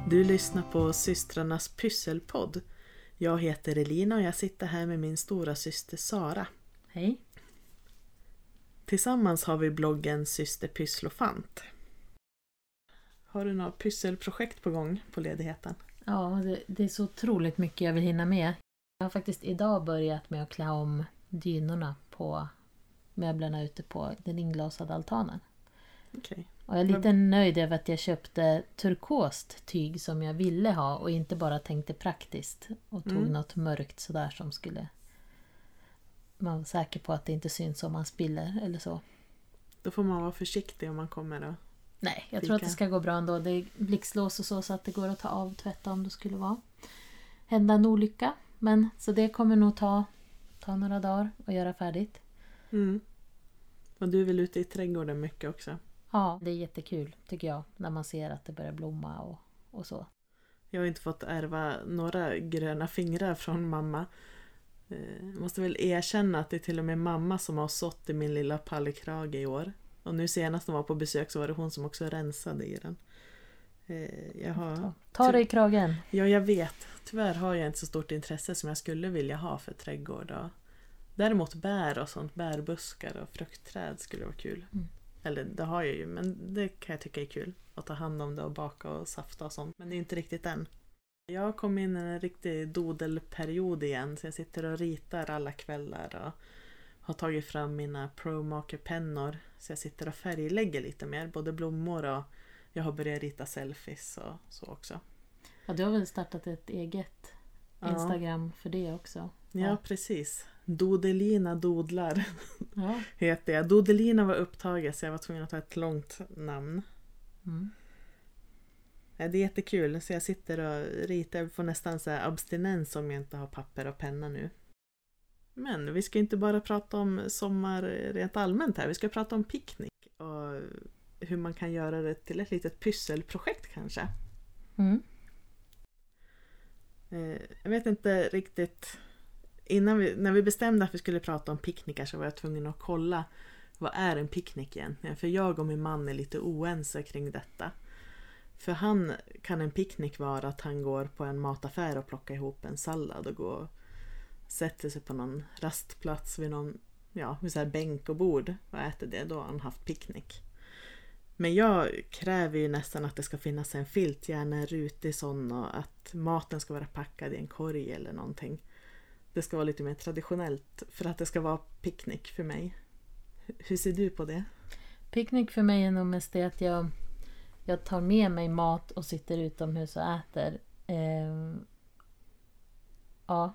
Du lyssnar på systrarnas pysselpodd. Jag heter Elina och jag sitter här med min stora syster Sara. Hej. Tillsammans har vi bloggen Syster Pysslofant. Har du några pysselprojekt på gång på ledigheten? Ja, det är så otroligt mycket jag vill hinna med. Jag har faktiskt idag börjat med att klä om dynorna på möblerna ute på den inglasade altanen. Okej. Och jag är lite nöjd över att jag köpte turkost tyg som jag ville ha och inte bara tänkte praktiskt. Och tog något mörkt sådär som skulle... Man var säker på att det inte syns om man spiller eller så. Då får man vara försiktig om man kommer då. Nej, jag tror att det ska gå bra ändå. Det är blixtlås och så att det går att ta av och tvätta om det skulle hända en olycka. Men så det kommer nog ta några dagar att göra färdigt. Mm. Och du är väl ute i trädgården mycket också? Ja, det är jättekul tycker jag. När man ser att det börjar blomma och så. Jag har inte fått ärva några gröna fingrar från mamma. Jag måste väl erkänna att det är till och med mamma som har sått i min lilla pallkrage i år. Och nu senast hon var på besök så var det hon som också rensade i den. Ta dig i kragen. Ja, jag vet. Tyvärr har jag inte så stort intresse som jag skulle vilja ha för trädgård. Däremot bär och sånt, bärbuskar och fruktträd skulle vara kul. Mm. Eller det har jag ju, men det kan jag tycka är kul. Att ta hand om det och baka och safta och sånt. Men det är inte riktigt än. Jag kom in i en riktig dodelperiod igen. Så jag sitter och ritar alla kvällar och har tagit fram mina ProMarker-pennor. Så jag sitter och färglägger lite mer. Både blommor och jag har börjat rita selfies och så också. Ja, du har väl startat ett eget Instagram för det också? Ja, precis. Dodelina dodlar heter jag. Dodelina var upptaget så jag var tvungen att ta ett långt namn. Mm. Ja, det är jättekul så jag sitter och ritar. Jag får nästan så här abstinens om jag inte har papper och penna nu. Men vi ska inte bara prata om sommar rent allmänt här. Vi ska prata om picknick och hur man kan göra det till ett litet pysselprojekt kanske. Mm. Jag vet inte riktigt... När vi bestämde att vi skulle prata om picknickar så var jag tvungen att kolla vad är en picknick egentligen. För jag och min man är lite oense kring detta. För han kan en picknick vara att han går på en mataffär och plockar ihop en sallad och går och sätter sig på någon rastplats vid någon vid så här bänk och bord och äter det. Då har han haft picknick. Men jag kräver ju nästan att det ska finnas en filt, gärna en rutig sån och att maten ska vara packad i en korg eller någonting. Det ska vara lite mer traditionellt för att det ska vara picknick för mig. Hur ser du på det? Picknick för mig är nog mest det att jag tar med mig mat och sitter utomhus och äter. Ja.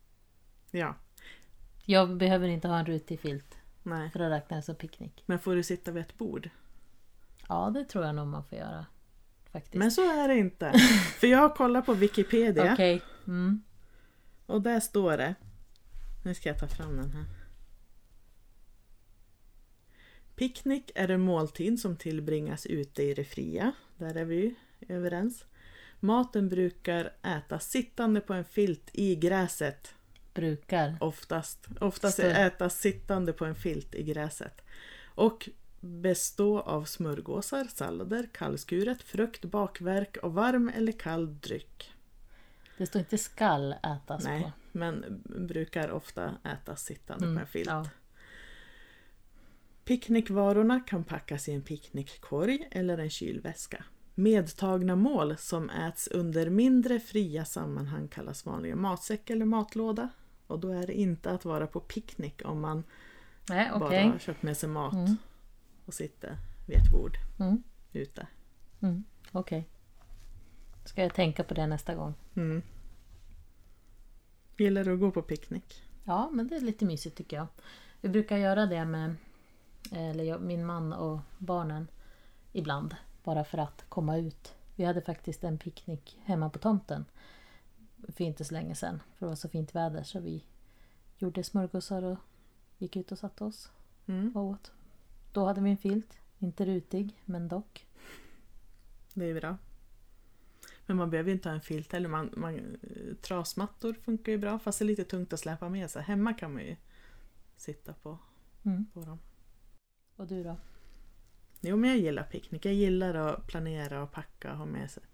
Jag behöver inte ha en rutig filt. Nej. För att räkna som picknick. Men får du sitta vid ett bord? Ja, det tror jag nog man får göra. Faktiskt. Men så är det inte. För jag har kollat på Wikipedia. Okej. Mm. Och där står det. Nu ska jag ta fram den här. Picknick är en måltid som tillbringas ute i det fria. Där är vi överens. Maten brukar ätas sittande på en filt i gräset. Brukar. Oftast ätas sittande på en filt i gräset. Och bestå av smörgåsar, sallader, kallskuret, frukt, bakverk och varm eller kall dryck. Det står inte skall ätas på. Nej, men brukar ofta ätas sittande på en filt. Ja. Picknickvarorna kan packas i en picknickkorg eller en kylväska. Medtagna mål som äts under mindre fria sammanhang kallas vanliga matsäck eller matlåda. Och då är det inte att vara på picknick om man bara har köpt med sig mat och sitter vid ett bord ute. Mm. Okej. Ska jag tänka på det nästa gång? Mm. Gillar du att gå på picknick? Ja, men det är lite mysigt tycker jag. Vi brukar göra det med min man och barnen ibland. Bara för att komma ut. Vi hade faktiskt en picknick hemma på tomten. För inte så länge sedan. För det var så fint väder så vi gjorde smörgåsar och gick ut och satte oss och åt. Då hade vi en filt. Inte rutig, men dock. Det är bra. Men man behöver inte ha en filt eller trasmattor funkar ju bra fast det är lite tungt att släpa med sig. Hemma kan man ju sitta på dem. Och du då? Jo, men jag gillar picknick. Jag gillar att planera och packa och ha med sig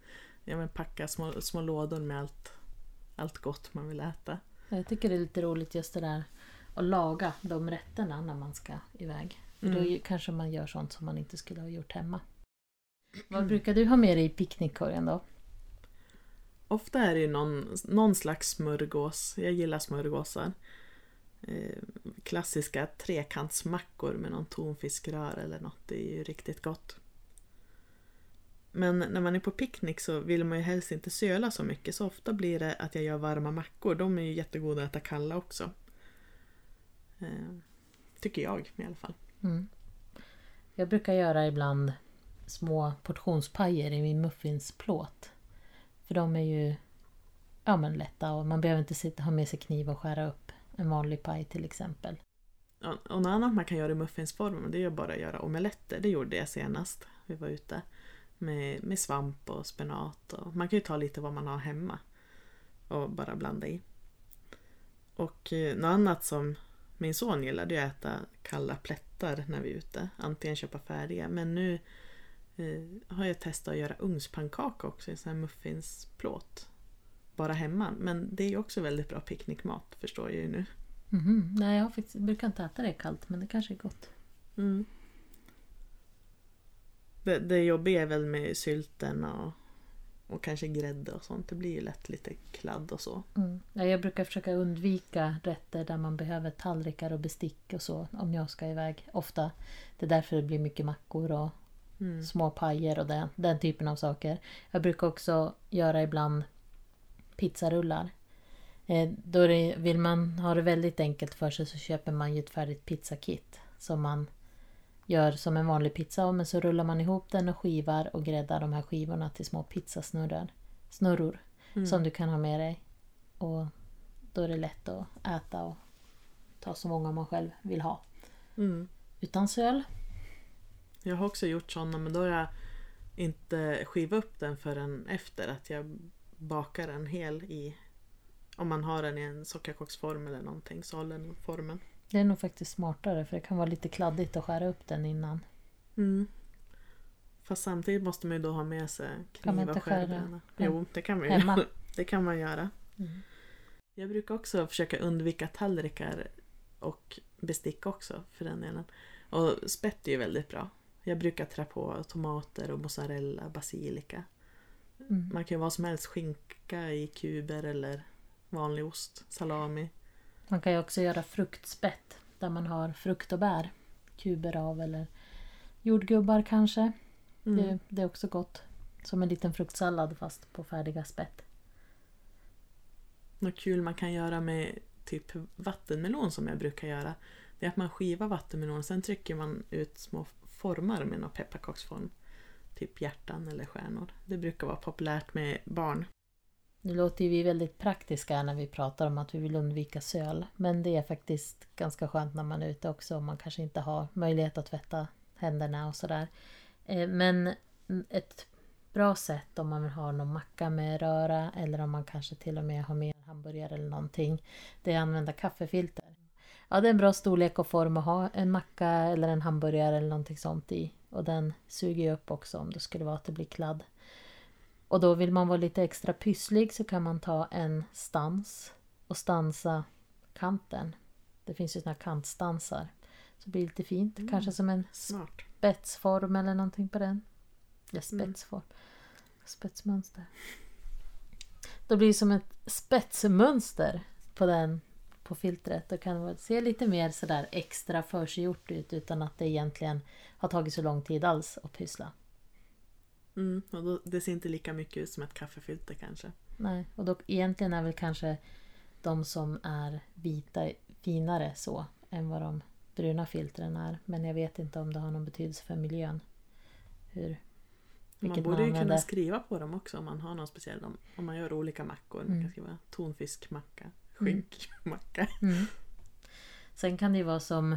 packa små lådor med allt gott man vill äta. Jag tycker det är lite roligt just det där att laga de rätterna när man ska iväg. För då kanske man gör sånt som man inte skulle ha gjort hemma. Vad brukar du ha med dig i picknickkorgen då? Ofta är det ju någon slags smörgås. Jag gillar smörgåsar. Klassiska trekantsmackor med någon tonfiskrör eller något. Det är ju riktigt gott. Men när man är på picknick så vill man ju helst inte söla så mycket. Så ofta blir det att jag gör varma mackor. De är ju jättegoda att äta kalla också. Tycker jag i alla fall. Jag brukar göra ibland små portionspajer i min muffinsplåt. För de är ju lätta och man behöver inte ha med sig kniv och skära upp en vanlig paj till exempel. Och något annat man kan göra i muffinsformen, det är ju bara att göra omeletter. Det gjorde jag senast vi var ute med svamp och spenat. Och man kan ju ta lite vad man har hemma och bara blanda i. Och något annat som min son gillar, det är att äta kalla plättar när vi är ute. Antingen köpa färdiga, men nu har jag testat att göra ugnspannkaka också i sån här muffinsplåt. Bara hemma. Men det är ju också väldigt bra picknickmat, förstår jag ju nu. Nej, jag brukar inte äta det kallt, men det kanske är gott. Det jobbiga är väl med sylten och kanske grädde och sånt. Det blir ju lätt lite kladd och så. Ja, jag brukar försöka undvika rätter där man behöver tallrikar och bestick och så om jag ska iväg. Ofta. Det är därför det blir mycket mackor och små pajer och den typen av saker. Jag brukar också göra ibland pizzarullar. Då vill man ha det väldigt enkelt för sig så köper man ju ett färdigt pizzakit som man gör som en vanlig pizza, men så rullar man ihop den och skivar och gräddar de här skivorna till små pizzasnurror som du kan ha med dig. Och då är det lätt att äta och ta så många man själv vill ha. Utan söl. Jag har också gjort sådana, men då har jag inte skivat upp den förrän efter att jag bakar den hel i, om man har den i en sockerkaksform eller någonting, så håller den formen. Det är nog faktiskt smartare för det kan vara lite kladdigt att skära upp den innan. Fast samtidigt måste man ju då ha med sig kan man kniv inte och skärbrännare. Jo, det kan man ju. Hemma. Det kan man göra. Jag brukar också försöka undvika tallrikar och bestick också för den delen. Och spett är ju väldigt bra. Jag brukar trä på tomater och mozzarella, basilika. Man kan ju vad som helst, skinka i kuber eller vanlig ost, salami. Man kan ju också göra fruktspett där man har frukt och bär. Kuber av eller jordgubbar kanske. Det är också gott. Som en liten fruktsallad fast på färdiga spett. Något kul man kan göra med typ vattenmelon som jag brukar göra. Det är att man skivar vattenmelon. Sen trycker man ut små formar med någon pepparkaksform. Typ hjärtan eller stjärnor. Det brukar vara populärt med barn. Nu låter ju vi väldigt praktiska när vi pratar om att vi vill undvika söl. Men det är faktiskt ganska skönt när man är ute också. Om man kanske inte har möjlighet att tvätta händerna och sådär. Men ett bra sätt om man vill ha någon macka med röra. Eller om man kanske till och med har med en hamburgare eller någonting. Det är att använda kaffefilter. Ja, det är en bra storlek och form att ha en macka eller en hamburgare eller någonting sånt i. Och den suger ju upp också om det skulle vara att det blir kladd. Och då vill man vara lite extra pysslig så kan man ta en stans och stansa kanten. Det finns ju såna här kantstansar. Så det blir lite fint. Kanske som en spetsform eller någonting på den. Ja, spetsform. Spetsmönster. Då blir det som ett spetsmönster på den, på filtret. Då kan det se lite mer sådär extra försiggjort ut utan att det egentligen har tagit så lång tid alls att pyssla. Och då, det ser inte lika mycket ut som ett kaffefilter kanske. Nej, och då egentligen är väl kanske de som är vita finare så än vad de bruna filtren är. Men jag vet inte om det har någon betydelse för miljön. Man borde ju kunna skriva på dem också om man har någon speciell. Om man gör olika mackor. Man kan skriva tonfiskmacka, skinkmacka. Sen kan det ju vara som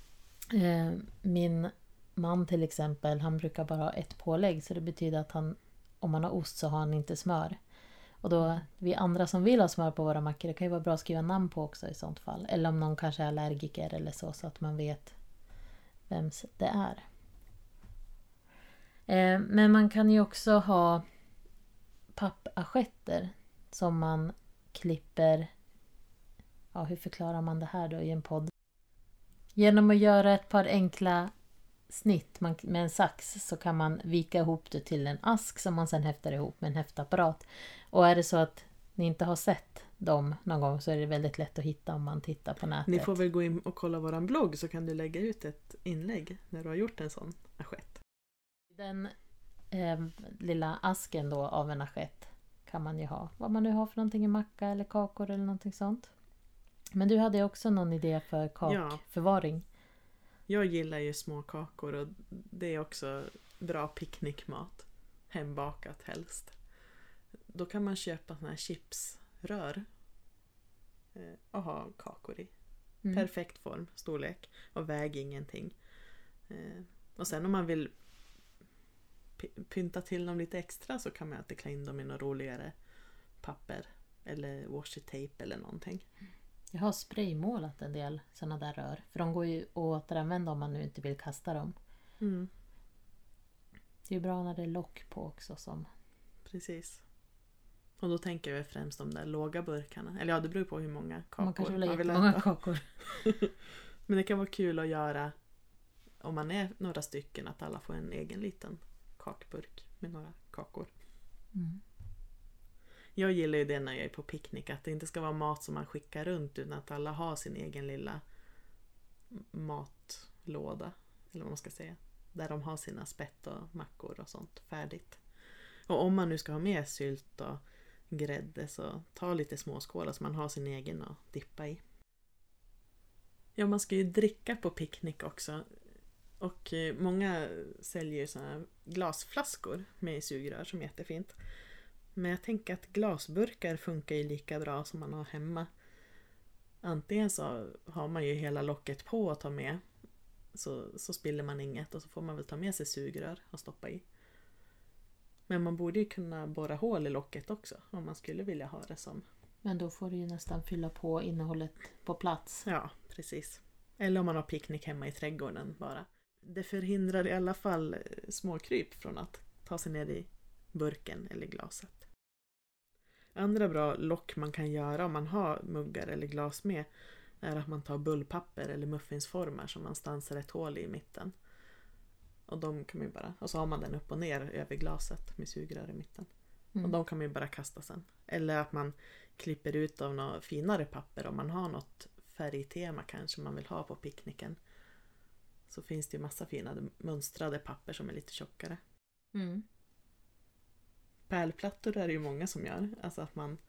min man till exempel, han brukar bara ha ett pålägg så det betyder att om man har ost så har han inte smör. Och då, vi andra som vill ha smör på våra mackor, det kan ju vara bra att skriva namn på också i sånt fall. Eller om någon kanske är allergiker eller så att man vet vems det är. Men man kan ju också ha pappassietter som man klipper. Ja, hur förklarar man det här då i en podd? Genom att göra ett par enkla snitt med en sax så kan man vika ihop det till en ask som man sen häftar ihop med en häftapparat. Och är det så att ni inte har sett dem någon gång så är det väldigt lätt att hitta om man tittar på nätet. Ni får väl gå in och kolla våran blogg så kan du lägga ut ett inlägg när du har gjort en sån assiett. Den lilla asken då av en assiett kan man ju ha. Vad man nu har för någonting i macka eller kakor eller någonting sånt. Men du hade också någon idé för kakförvaring. Jag gillar ju små kakor och det är också bra picknickmat. Hembakat helst. Då kan man köpa såna här chipsrör och ha kakor i. Perfekt form, storlek och väg ingenting. Och sen om man vill pynta till dem lite extra så kan man alltid klä in dem i något roligare papper eller washi tape eller någonting. Jag har spraymålat en del sådana där rör. För de går ju att återanvända om man nu inte vill kasta dem. Mm. Det är ju bra när det är lock på också. Precis. Och då tänker jag främst de där låga burkarna. Eller ja, det beror på hur många kakor man kanske man vill ha många kakor. Men det kan vara kul att göra om man är några stycken att alla får en egen liten kakburk med några kakor. Mm. Jag gillar ju det när jag är på picknick att det inte ska vara mat som man skickar runt utan att alla har sin egen lilla matlåda eller vad man ska säga. Där de har sina spett och mackor och sånt färdigt. Och om man nu ska ha med sylt och grädde så ta lite små skålar så man har sin egen att dippa i. Ja, man ska ju dricka på picknick också. Och många säljer ju såna glasflaskor med sugrör som är jättefint. Men jag tänker att glasburkar funkar ju lika bra som man har hemma. Antingen så har man ju hela locket på att ta med. Så spiller man inget och så får man väl ta med sig sugrör och stoppa i. Men man borde ju kunna borra hål i locket också om man skulle vilja ha det som. Men då får du ju nästan fylla på innehållet på plats. Ja, precis. Eller om man har picknick hemma i trädgården bara. Det förhindrar i alla fall småkryp från att ta sig ner i burken eller glaset. Andra bra lock man kan göra om man har muggar eller glas med är att man tar bullpapper eller muffinsformar som man stansar ett hål i mitten. Och de kan man ju bara, och så har man den upp och ner över glaset med sugrör i mitten. Och de kan man ju bara kasta sen. Eller att man klipper ut av något finare papper om man har något färgtema kanske man vill ha på picknicken. Så finns det ju massa fina mönstrade papper som är lite tjockare. Mm. Pärlplattor är det ju många som gör. Alltså att man...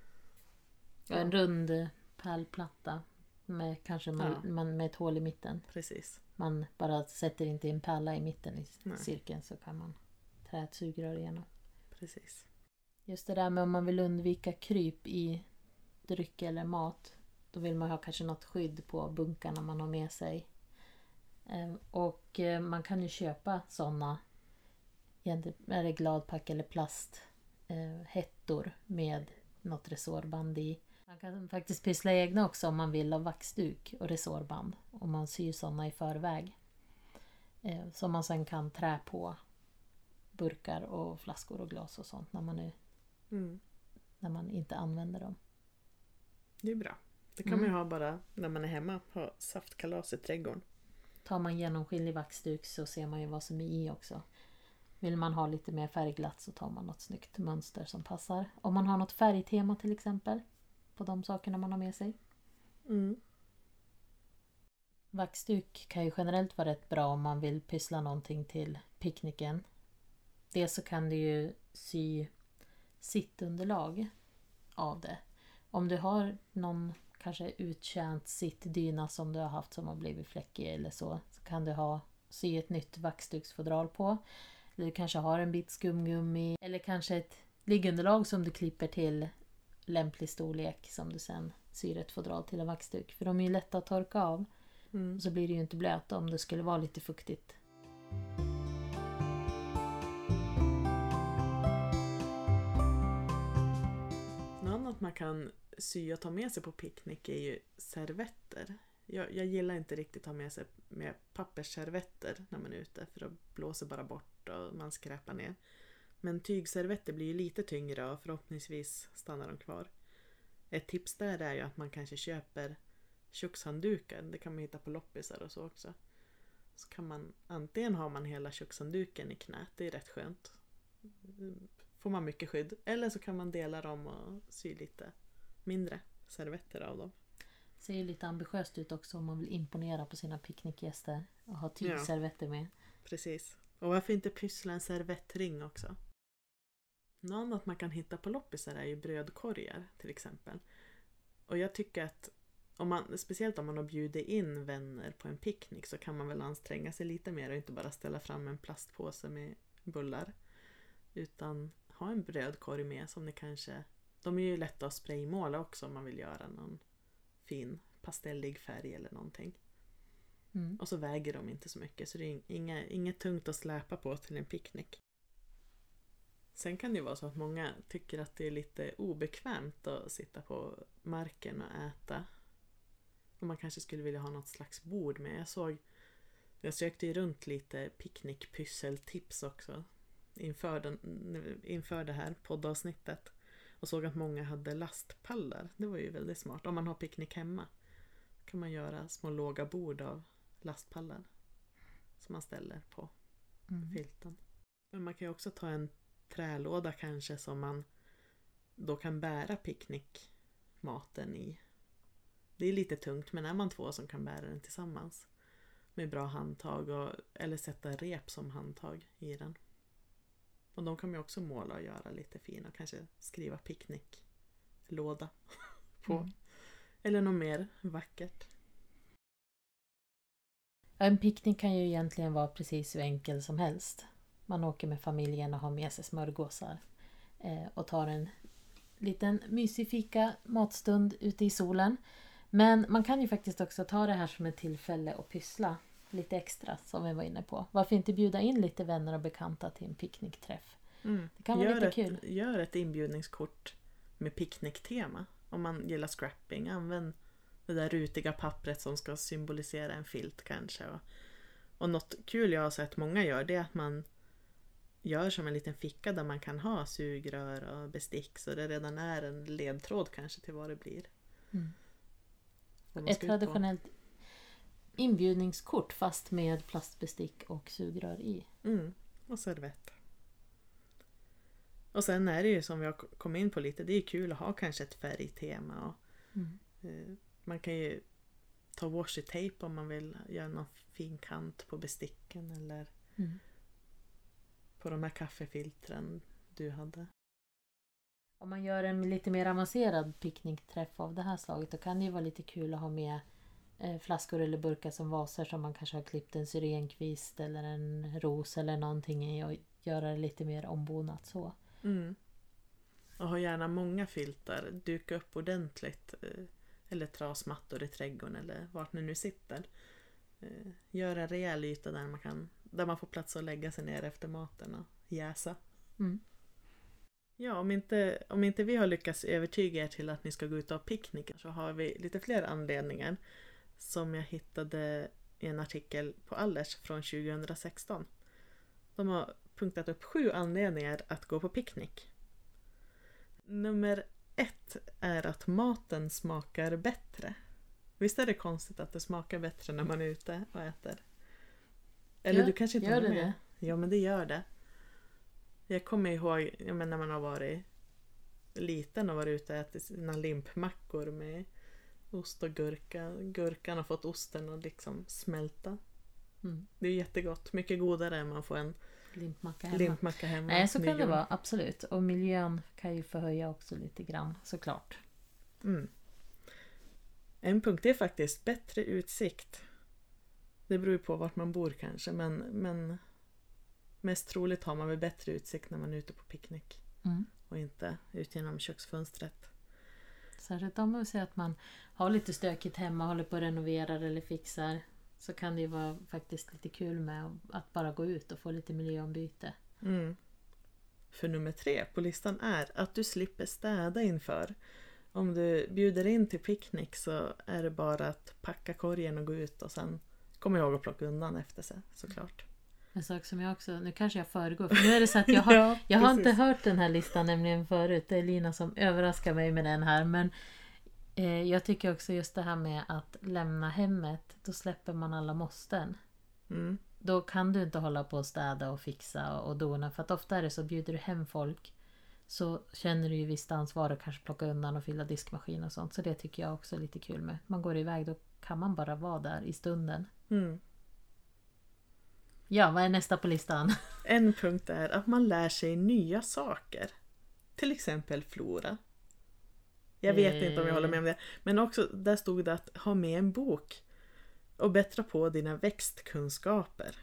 Ja, en rund pärlplatta med kanske med ett hål i mitten. Precis. Man bara sätter inte en pärla i mitten i cirkeln så kan man trä ett sugrör igenom. Precis. Just det där med om man vill undvika kryp i dryck eller mat. Då vill man ha kanske något skydd på bunkarna man har med sig. Och man kan ju köpa sådana är det gladpack eller plast hettor med något resårband i. Man kan faktiskt pyssla egna också om man vill ha vaxduk och resårband. Om man syr sådana i förväg. Som man sen kan trä på burkar och flaskor och glas och sånt när man inte använder dem. Det är bra. Det kan man ju ha bara när man är hemma. Ha saftkalas i trädgården. Tar man genomskinlig vaxduk så ser man ju vad som är i också. Vill man ha lite mer färgglatt så tar man något snyggt mönster som passar. Om man har något färgtema till exempel. På de sakerna man har med sig. Mm. Vaxduk kan ju generellt vara rätt bra om man vill pyssla någonting till picknicken. Dels så kan du ju sy sittunderlag av det. Om du har någon kanske uttjänt sittdyna som du har haft som har blivit fläckig eller så kan du sy ett nytt vaxduksfodral på. Eller du kanske har en bit skumgummi eller kanske ett liggunderlag som du klipper till lämplig storlek som du sen syr ett fodral till en vaxduk. För de är ju lätta att torka av. Så blir det ju inte blöt om det skulle vara lite fuktigt. Något annat man kan sy och ta med sig på picknick är ju servetter. Jag gillar inte riktigt att ha med sig med pappersservetter när man är ute för då blåser bara bort och man skräpar ner. Men tygservetter blir ju lite tyngre och förhoppningsvis stannar de kvar. Ett tips där är ju att man kanske köper kökshanddukar. Det kan man hitta på loppisar och så också. Så kan man, antingen har man hela kökshandduken i knät, det är rätt skönt. Får man mycket skydd. Eller så kan man dela dem och sy lite mindre servetter av dem. Ser ju lite ambitiöst ut också om man vill imponera på sina picknickgäster och ha tygservetter med. Precis. Och varför inte pyssla en servettring också? Något annat man kan hitta på loppisar är ju brödkorgar till exempel. Och jag tycker att speciellt om man har bjudit in vänner på en picknick så kan man väl anstränga sig lite mer och inte bara ställa fram en plastpåse med bullar. Utan ha en brödkorg med som ni kanske... De är ju lätta att spraymåla också om man vill göra någon fin pastellig färg eller någonting. Mm. Och så väger de inte så mycket så det är inget tungt att släpa på till en picknick. Sen kan det ju vara så att många tycker att det är lite obekvämt att sitta på marken och äta. Och man kanske skulle vilja ha något slags bord med. Jag sökte ju runt lite picknickpysseltips också inför det här poddavsnittet. Och såg att många hade lastpallar. Det var ju väldigt smart. Om man har picknick hemma kan man göra små låga bord av lastpallar som man ställer på filten. Men man kan ju också ta en trälåda kanske som man då kan bära picknickmaten i. Det är lite tungt men är man två som kan bära den tillsammans med bra handtag eller sätta rep som handtag i den. Och de kan man ju också måla och göra lite fina och kanske skriva picknicklåda på. Eller något mer vackert. En picknick kan ju egentligen vara precis hur enkel som helst. Man åker med familjen och har med sig smörgåsar. Och tar en liten mysig fika matstund ute i solen. Men man kan ju faktiskt också ta det här som ett tillfälle och pyssla lite extra som vi var inne på. Varför inte bjuda in lite vänner och bekanta till en picknickträff? Det kan vara lite kul. Gör ett inbjudningskort med picknicktema. Om man gillar scrapping, använd det där rutiga pappret som ska symbolisera en filt kanske. Och något kul jag har sett många gör det är att man gör som en liten ficka där man kan ha sugrör och bestick så det redan är en ledtråd kanske till vad det blir. Ett traditionellt inbjudningskort fast med plastbestick och sugrör i. Och servett. Och sen är det ju som jag kom in på lite, det är kul att ha kanske ett färgtema. Och, man kan ju ta washi-tape om man vill göra någon fin kant på besticken eller på de här kaffefiltren du hade. Om man gör en lite mer avancerad picknickträff av det här slaget då kan det ju vara lite kul att ha med flaskor eller burkar som vaser som man kanske har klippt en syrenkvist eller en ros eller någonting i och göra det lite mer ombonat så. Och ha gärna många filtar, duka upp ordentligt eller trasmattor i trädgården eller vart ni nu sitter. Gör en rejäl yta där man får plats att lägga sig ner efter maten och jäsa. Ja, om inte vi har lyckats övertyga er till att ni ska gå ut och ha picknickar så har vi lite fler anledningar som jag hittade i en artikel på Allers från 2016. De har punktat upp 7 anledningar att gå på picknick. Nummer 1 är att maten smakar bättre. Visst är det konstigt att det smakar bättre när man är ute och äter? Eller du kanske inte håller med? Ja, men det gör det. Jag kommer ihåg när man har varit liten och varit ute och ätit sina limpmackor med ost och gurka. Gurkan har fått osten att liksom smälta. Det är jättegott. Mycket godare än man får en limpmacka hemma. Nej, så kan det vara, absolut. Och miljön kan ju förhöja också lite grann, såklart. En punkt är faktiskt bättre utsikt. Det beror ju på vart man bor kanske, men mest troligt har man väl bättre utsikt när man är ute på picknick. Och inte ut genom köksfönstret. Särskilt om man säger att man har lite stökigt hemma, håller på att renovera eller fixar. Så kan det ju vara faktiskt lite kul med att bara gå ut och få lite miljöombyte. För nummer 3 på listan är att du slipper städa inför. Om du bjuder in till picknick så är det bara att packa korgen och gå ut och sen komma ihåg att plocka undan efter sig, såklart. En sak som jag också, nu kanske jag föregår, för nu är det så att jag har, Ja, jag har precis. inte hört den här listan nämligen förut. Det är Lina som överraskar mig med den här. Men jag tycker också just det här med att lämna hemmet, då släpper man alla måsten. Mm. Då kan du inte hålla på och städa och fixa och dona. För att ofta är det så, bjuder du hem folk så känner du ju visst ansvar och kanske plocka undan och fylla diskmaskin och sånt. Så det tycker jag också är lite kul med. Man går iväg, då kan man bara vara där i stunden. Mm. Ja, vad är nästa på listan? En punkt är att man lär sig nya saker. Till exempel flora. Jag vet inte om jag håller med om det. Men också, där stod det att ha med en bok och bättra på dina växtkunskaper.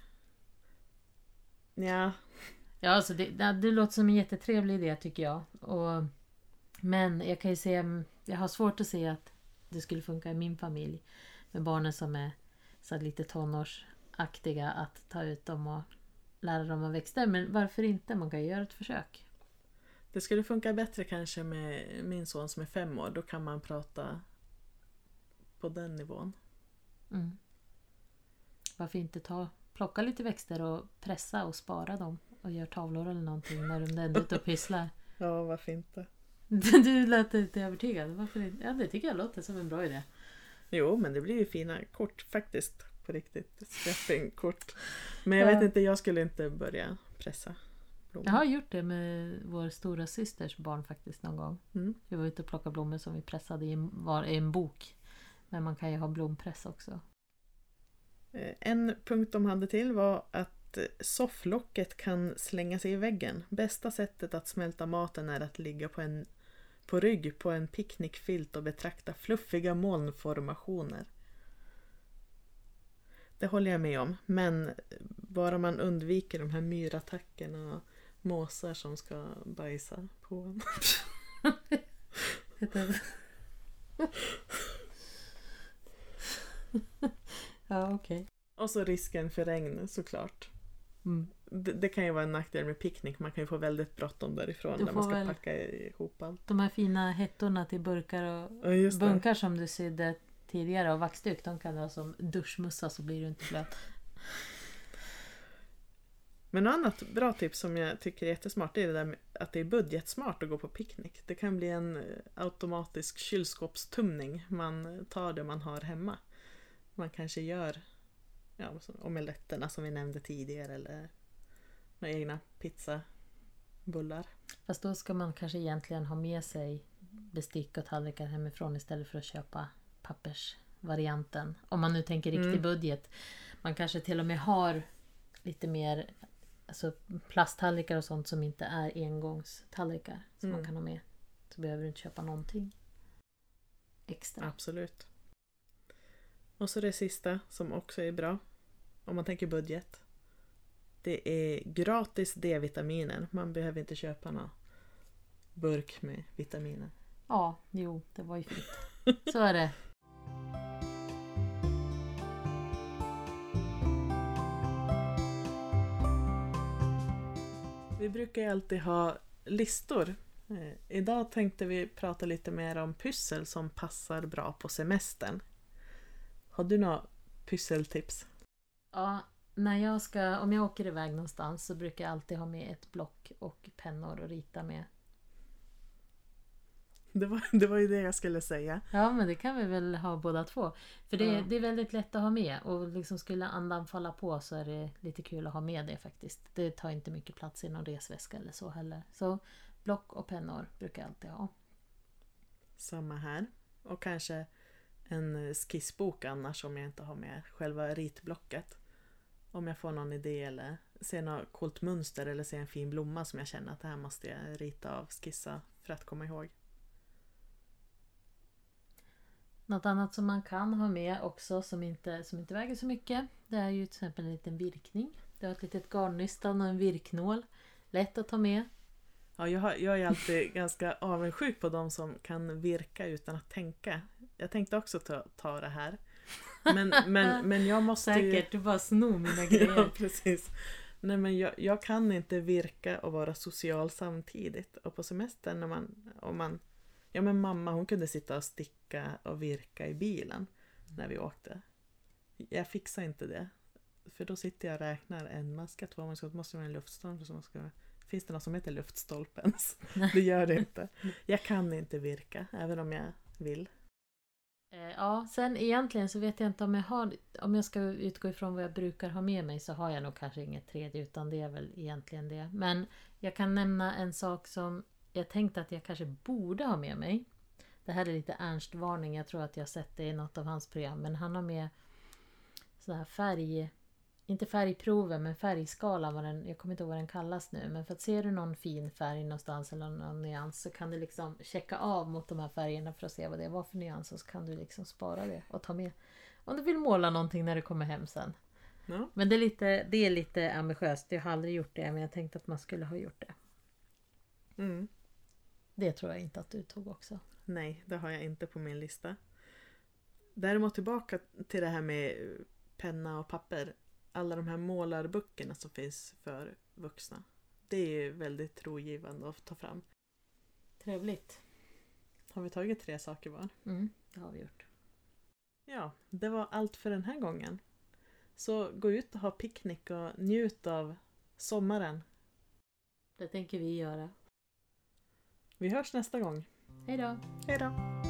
Ja. Ja, alltså det låter som en jättetrevlig idé tycker jag. Men jag kan ju säga, jag har svårt att se att det skulle funka i min familj. Med barnen som är så lite tonårsaktiga, att ta ut dem och lära dem att växter. Men varför inte? Man kan ju göra ett försök. Det skulle funka bättre kanske med min son som är 5 år. Då kan man prata på den nivån. Mm. Varför inte plocka lite växter och pressa och spara dem och göra tavlor eller någonting när de är ute och pysslar. Ja, varför inte? Du lät lite övertygad. Varför inte? Ja, det tycker jag låter som en bra idé. Jo, men det blir ju fina kort faktiskt. På riktigt. Scrapping-kort. Men jag vet inte, jag skulle inte börja pressa blommor. Jag har gjort det med vår stora systers barn faktiskt någon gång. Mm. Vi var ute och plockade blommor som vi pressade i en bok. Men man kan ju ha blompress också. En punkt de hade till var att sofflocket kan slänga sig i väggen. Bästa sättet att smälta maten är att ligga på rygg på en picknickfilt och betrakta fluffiga molnformationer. Det håller jag med om, men bara man undviker de här myrattackerna och måsar som ska bajsa på en. Ja, okej. Och så risken för regn såklart. Mm. Det kan ju vara en nackdel med picknick. Man kan ju få väldigt bråttom därifrån Du när man får ska väl packa ihop allt. De här fina hettorna till burkar och Ja, just det. bunkar som du sydde tidigare och vaxduk, de kan du ha som duschmussa så blir du inte blöt. Men något annat bra tips som jag tycker är jättesmart är det där med att det är budgetsmart att gå på picknick. Det kan bli en automatisk kylskåpstumning. Man tar det man har hemma. Man kanske gör omeletterna som vi nämnde tidigare eller några egna pizzabullar. Fast då ska man kanske egentligen ha med sig bestick och tallrikar hemifrån istället för att köpa pappersvarianten. Om man nu tänker riktig budget. Man kanske till och med har lite mer alltså plasttallrikar och sånt som inte är engångstallrikar som man kan ha med. Så behöver du inte köpa någonting extra. Absolut. Och så det sista som också är bra om man tänker budget. Det är gratis D-vitaminer. Man behöver inte köpa någon burk med vitaminer. Ja, jo, det var ju fint. Så är det. Vi brukar ju alltid ha listor. Idag tänkte vi prata lite mer om pyssel som passar bra på semestern. Har du några pysseltips? Ja, om jag åker iväg någonstans så brukar jag alltid ha med ett block och pennor att rita med. Det var ju det jag skulle säga. Ja, men det kan vi väl ha båda två. För det är väldigt lätt att ha med. Och liksom skulle andan falla på så är det lite kul att ha med det faktiskt. Det tar inte mycket plats i någon resväska eller så heller. Så block och pennor brukar jag alltid ha. Samma här. Och kanske en skissbok annars om jag inte har med själva ritblocket. Om jag får någon idé eller ser något coolt mönster eller ser en fin blomma som jag känner att det här måste jag rita av, skissa för att komma ihåg. Något annat som man kan ha med också som inte väger så mycket. Det är ju till exempel en liten virkning. Det har ett litet garnnystan och en virknål. Lätt att ta med. Ja, jag är alltid ganska avundsjuk på de som kan virka utan att tänka. Jag tänkte också ta det här. Men jag måste Säkert, du bara snor mina grejer. Ja, precis. Nej, men jag kan inte virka och vara social samtidigt. Och på semestern men mamma hon kunde sitta och sticka och virka i bilen när vi åkte. Jag fixar inte det. För då sitter jag och räknar en maska, 2 maskar, då måste man ha en luftstolpe. Så man ska... Finns det något som heter luftstolpen? Det gör det inte. Jag kan inte virka, även om jag vill. Ja, sen egentligen så vet jag inte om jag ska utgå ifrån vad jag brukar ha med mig, så har jag nog kanske inget tredje, utan det är väl egentligen det. Men jag kan nämna en sak som jag tänkte att jag kanske borde ha med mig. Det här är lite Ernst-varning, jag tror att jag sett det i något av hans program, men han har med sån här inte färgprover, men färgskalan, jag kommer inte ihåg vad den kallas nu, men för att ser du någon fin färg någonstans eller någon nyans, så kan du liksom checka av mot de här färgerna för att se vad det var för nyans, och så kan du liksom spara det och ta med om du vill måla någonting när du kommer hem sen. Ja. Men det är lite ambitiöst, jag har aldrig gjort det, men jag tänkte att man skulle ha gjort det. Mm. Det tror jag inte att du tog också. Nej, det har jag inte på min lista. Däremot tillbaka till det här med penna och papper. Alla de här målarböckerna som finns för vuxna. Det är väldigt rogivande att ta fram. Trevligt. Har vi tagit 3 saker var? Det har vi gjort. Ja, det var allt för den här gången. Så gå ut och ha picknick och njut av sommaren. Det tänker vi göra. Vi hörs nästa gång. Hej då! Hej då!